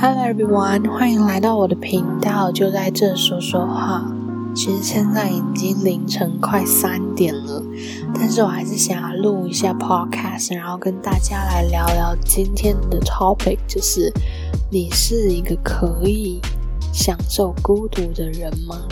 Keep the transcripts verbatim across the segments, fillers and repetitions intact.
Hello everyone， 欢迎来到我的频道，就在这说说话。其实现在已经凌晨快三点了，但是我还是想要录一下 podcast， 然后跟大家来聊聊今天的 topic， 就是你是一个可以享受孤独的人吗？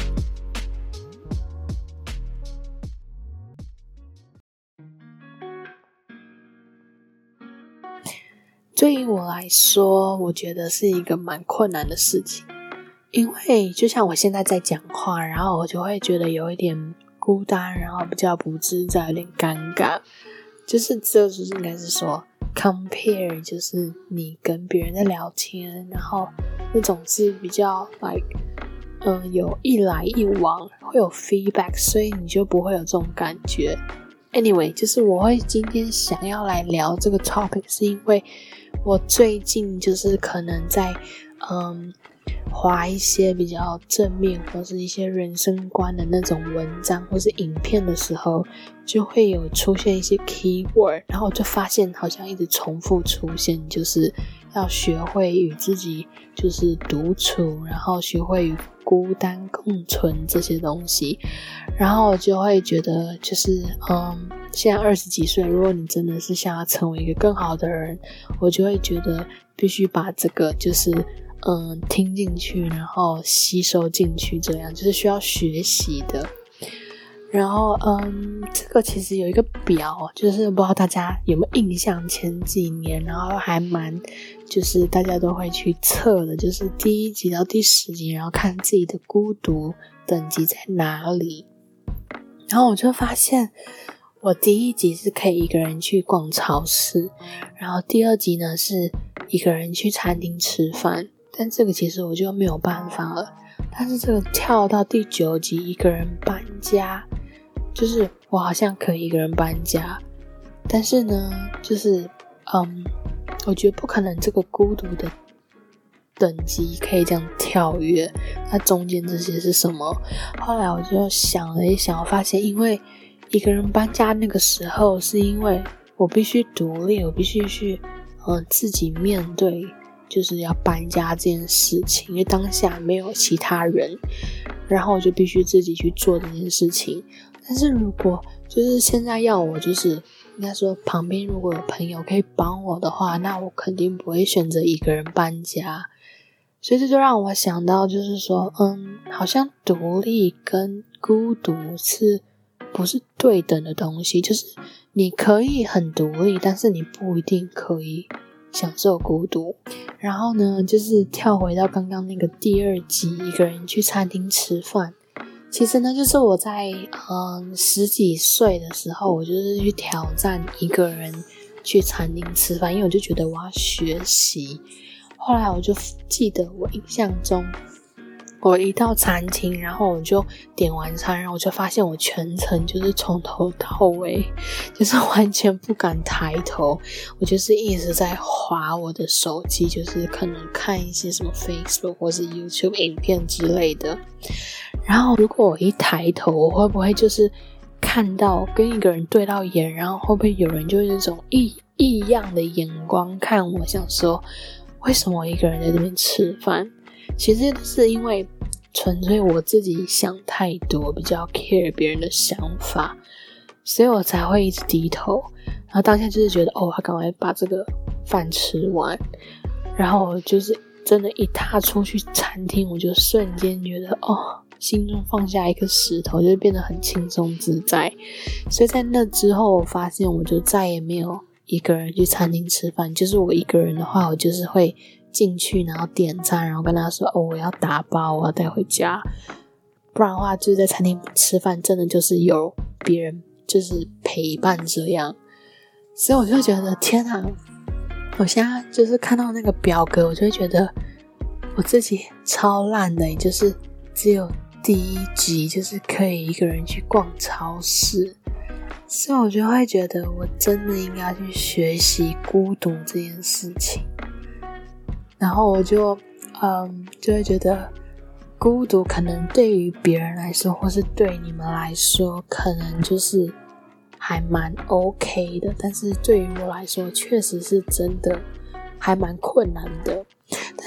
对于我来说，我觉得是一个蛮困难的事情，因为就像我现在在讲话，然后我就会觉得有一点孤单，然后比较不自在，有点尴尬。就是这就是应该是说 compare， 就是你跟别人在聊天，然后那种是比较 like 嗯、呃、有一来一往，会有 feedback， 所以你就不会有这种感觉。Anyway， 就是我会今天想要来聊这个 topic， 是因为我最近就是可能在嗯滑一些比较正面或是一些人生观的那种文章或是影片的时候，就会有出现一些 keyword， 然后我就发现好像一直重复出现，就是要学会与自己就是独处，然后学会与孤单共存这些东西，然后我就会觉得就是嗯，现在二十几岁，如果你真的是想要成为一个更好的人，我就会觉得必须把这个就是嗯听进去，然后吸收进去，这样就是需要学习的。然后嗯，这个其实有一个表，就是不知道大家有没有印象，前几年然后还蛮就是大家都会去测的，就是第一集到第十集，然后看自己的孤独等级在哪里。然后我就发现我第一集是可以一个人去逛超市，然后第二集呢是一个人去餐厅吃饭，但这个其实我就没有办法了。但是这个跳到第九集一个人搬家，就是我好像可以一个人搬家，但是呢就是嗯，我觉得不可能这个孤独的等级可以这样跳跃，那中间这些是什么？后来我就想了一想，我发现因为一个人搬家那个时候是因为我必须独立，我必须去呃自己面对就是要搬家这件事情，因为当下没有其他人，然后我就必须自己去做这件事情。但是如果就是现在要我就是应该说旁边如果有朋友可以帮我的话，那我肯定不会选择一个人搬家。所以这就让我想到就是说嗯，好像独立跟孤独是不是对等的东西，就是你可以很独立，但是你不一定可以享受孤独。然后呢就是跳回到刚刚那个第二集一个人去餐厅吃饭，其实呢就是我在嗯十几岁的时候，我就是去挑战一个人去餐厅吃饭，因为我就觉得我要学习。后来我就记得我印象中我一到餐厅，然后我就点完餐，然后我就发现我全程就是从头到尾就是完全不敢抬头，我就是一直在滑我的手机，就是可能看一些什么 Facebook 或是 YouTube 影片之类的。然后如果我一抬头，我会不会就是看到跟一个人对到眼，然后会不会有人就有这种异异样的眼光看我，想说为什么我一个人在这边吃饭？其实是因为纯粹我自己想太多，比较 care 别人的想法，所以我才会一直低头。然后当下就是觉得哦，我赶快把这个饭吃完。然后就是真的一踏出去餐厅，我就瞬间觉得哦，心中放下一个石头，就变得很轻松自在。所以在那之后，我发现我就再也没有一个人去餐厅吃饭，就是我一个人的话，我就是会进去然后点餐，然后跟他说哦，我要打包，我要带回家。不然的话就是在餐厅吃饭真的就是有别人就是陪伴这样。所以我就觉得天啊，我现在就是看到那个表格，我就会觉得我自己超烂的，就是只有第一集就是可以一个人去逛超市。所以我就会觉得我真的应该去学习孤独这件事情。然后我就嗯就会觉得孤独可能对于别人来说，或是对你们来说，可能就是还蛮 OK 的，但是对于我来说确实是真的还蛮困难的。但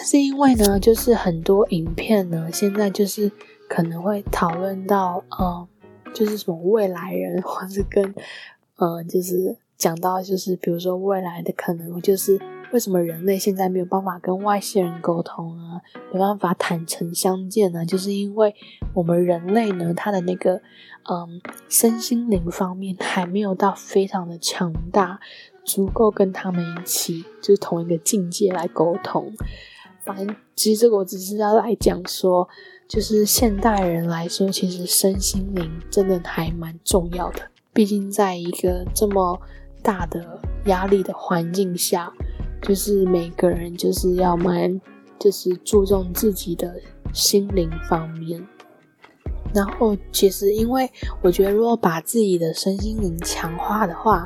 但是因为呢，就是很多影片呢，现在就是可能会讨论到，嗯，就是什么未来人，或是跟，嗯，就是讲到就是比如说未来的可能就是为什么人类现在没有办法跟外星人沟通啊，没办法坦诚相见啊，就是因为我们人类呢，他的那个，嗯，身心灵方面还没有到非常的强大，足够跟他们一起就是同一个境界来沟通。反正其实这个我只是要来讲说，就是现代人来说，其实身心灵真的还蛮重要的。毕竟在一个这么大的压力的环境下，就是每个人就是要蛮就是注重自己的心灵方面。然后其实因为我觉得如果把自己的身心灵强化的话，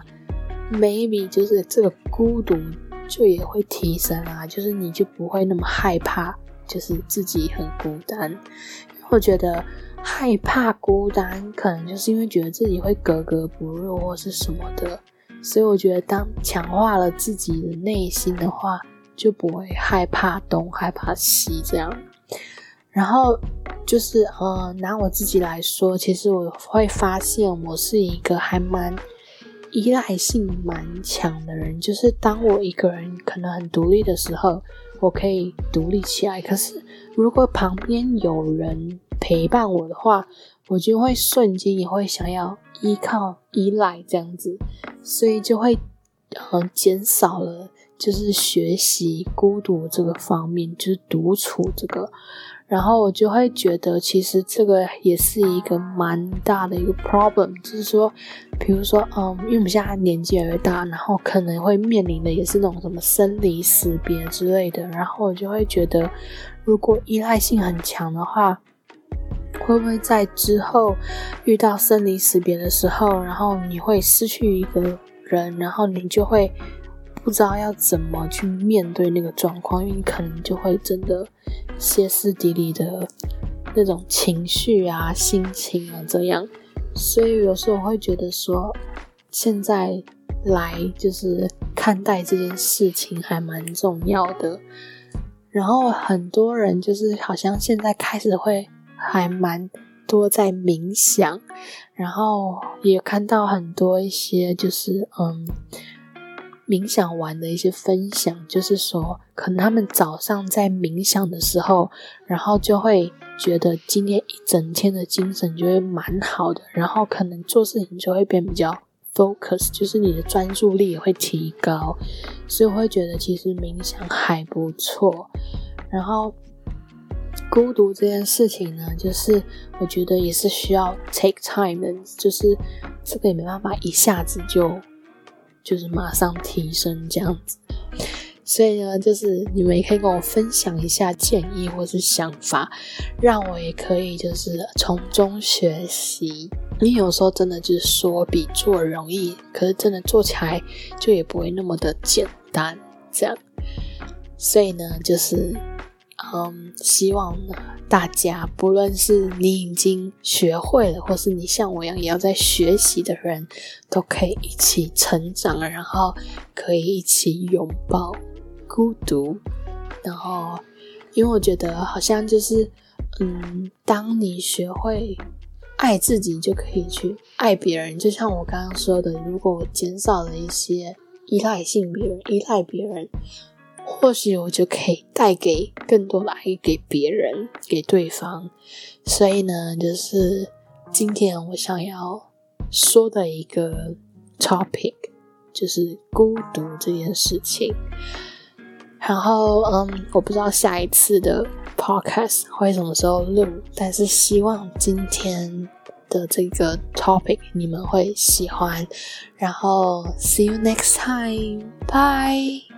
maybe 就是这个孤独就也会提升啊，就是你就不会那么害怕就是自己很孤单。我觉得害怕孤单可能就是因为觉得自己会格格不入或是什么的，所以我觉得当强化了自己的内心的话，就不会害怕东害怕西这样。然后就是呃，拿我自己来说，其实我会发现我是一个还蛮依赖性蛮强的人，就是当我一个人可能很独立的时候，我可以独立起来，可是如果旁边有人陪伴我的话，我就会瞬间也会想要依靠依赖这样子，所以就会呃减少了就是学习孤独这个方面，就是独处这个。然后我就会觉得其实这个也是一个蛮大的一个 problem， 就是说比如说嗯，因为我们现在年纪越来越大，然后可能会面临的也是那种什么生离死别之类的，然后我就会觉得如果依赖性很强的话，会不会在之后遇到生离死别的时候，然后你会失去一个人，然后你就会不知道要怎么去面对那个状况，因为你可能就会真的歇斯底里的那种情绪啊心情啊这样。所以有时候我会觉得说现在来就是看待这件事情还蛮重要的。然后很多人就是好像现在开始会还蛮多在冥想，然后也看到很多一些就是嗯冥想完的一些分享，就是说可能他们早上在冥想的时候，然后就会觉得今天一整天的精神就会蛮好的，然后可能做事情就会变比较 focus， 就是你的专注力也会提高，所以我会觉得其实冥想还不错。然后孤独这件事情呢，就是我觉得也是需要 take time 的，就是这个也没办法一下子就就是马上提升这样子。所以呢，就是你们也可以跟我分享一下建议或是想法，让我也可以就是从中学习。因为有时候真的就是说比做容易，可是真的做起来就也不会那么的简单这样。所以呢，就是嗯，希望呢大家不论是你已经学会了，或是你像我一样也要在学习的人，都可以一起成长，然后可以一起拥抱孤独。然后因为我觉得好像就是嗯，当你学会爱自己，就可以去爱别人。就像我刚刚说的，如果我减少了一些依赖性别人依赖别人，或许我就可以带给更多的爱给别人，给对方。所以呢，就是今天我想要说的一个 topic 就是孤独这件事情。然后嗯，我不知道下一次的 podcast 会什么时候录，但是希望今天的这个 topic 你们会喜欢。然后 see you next time， bye。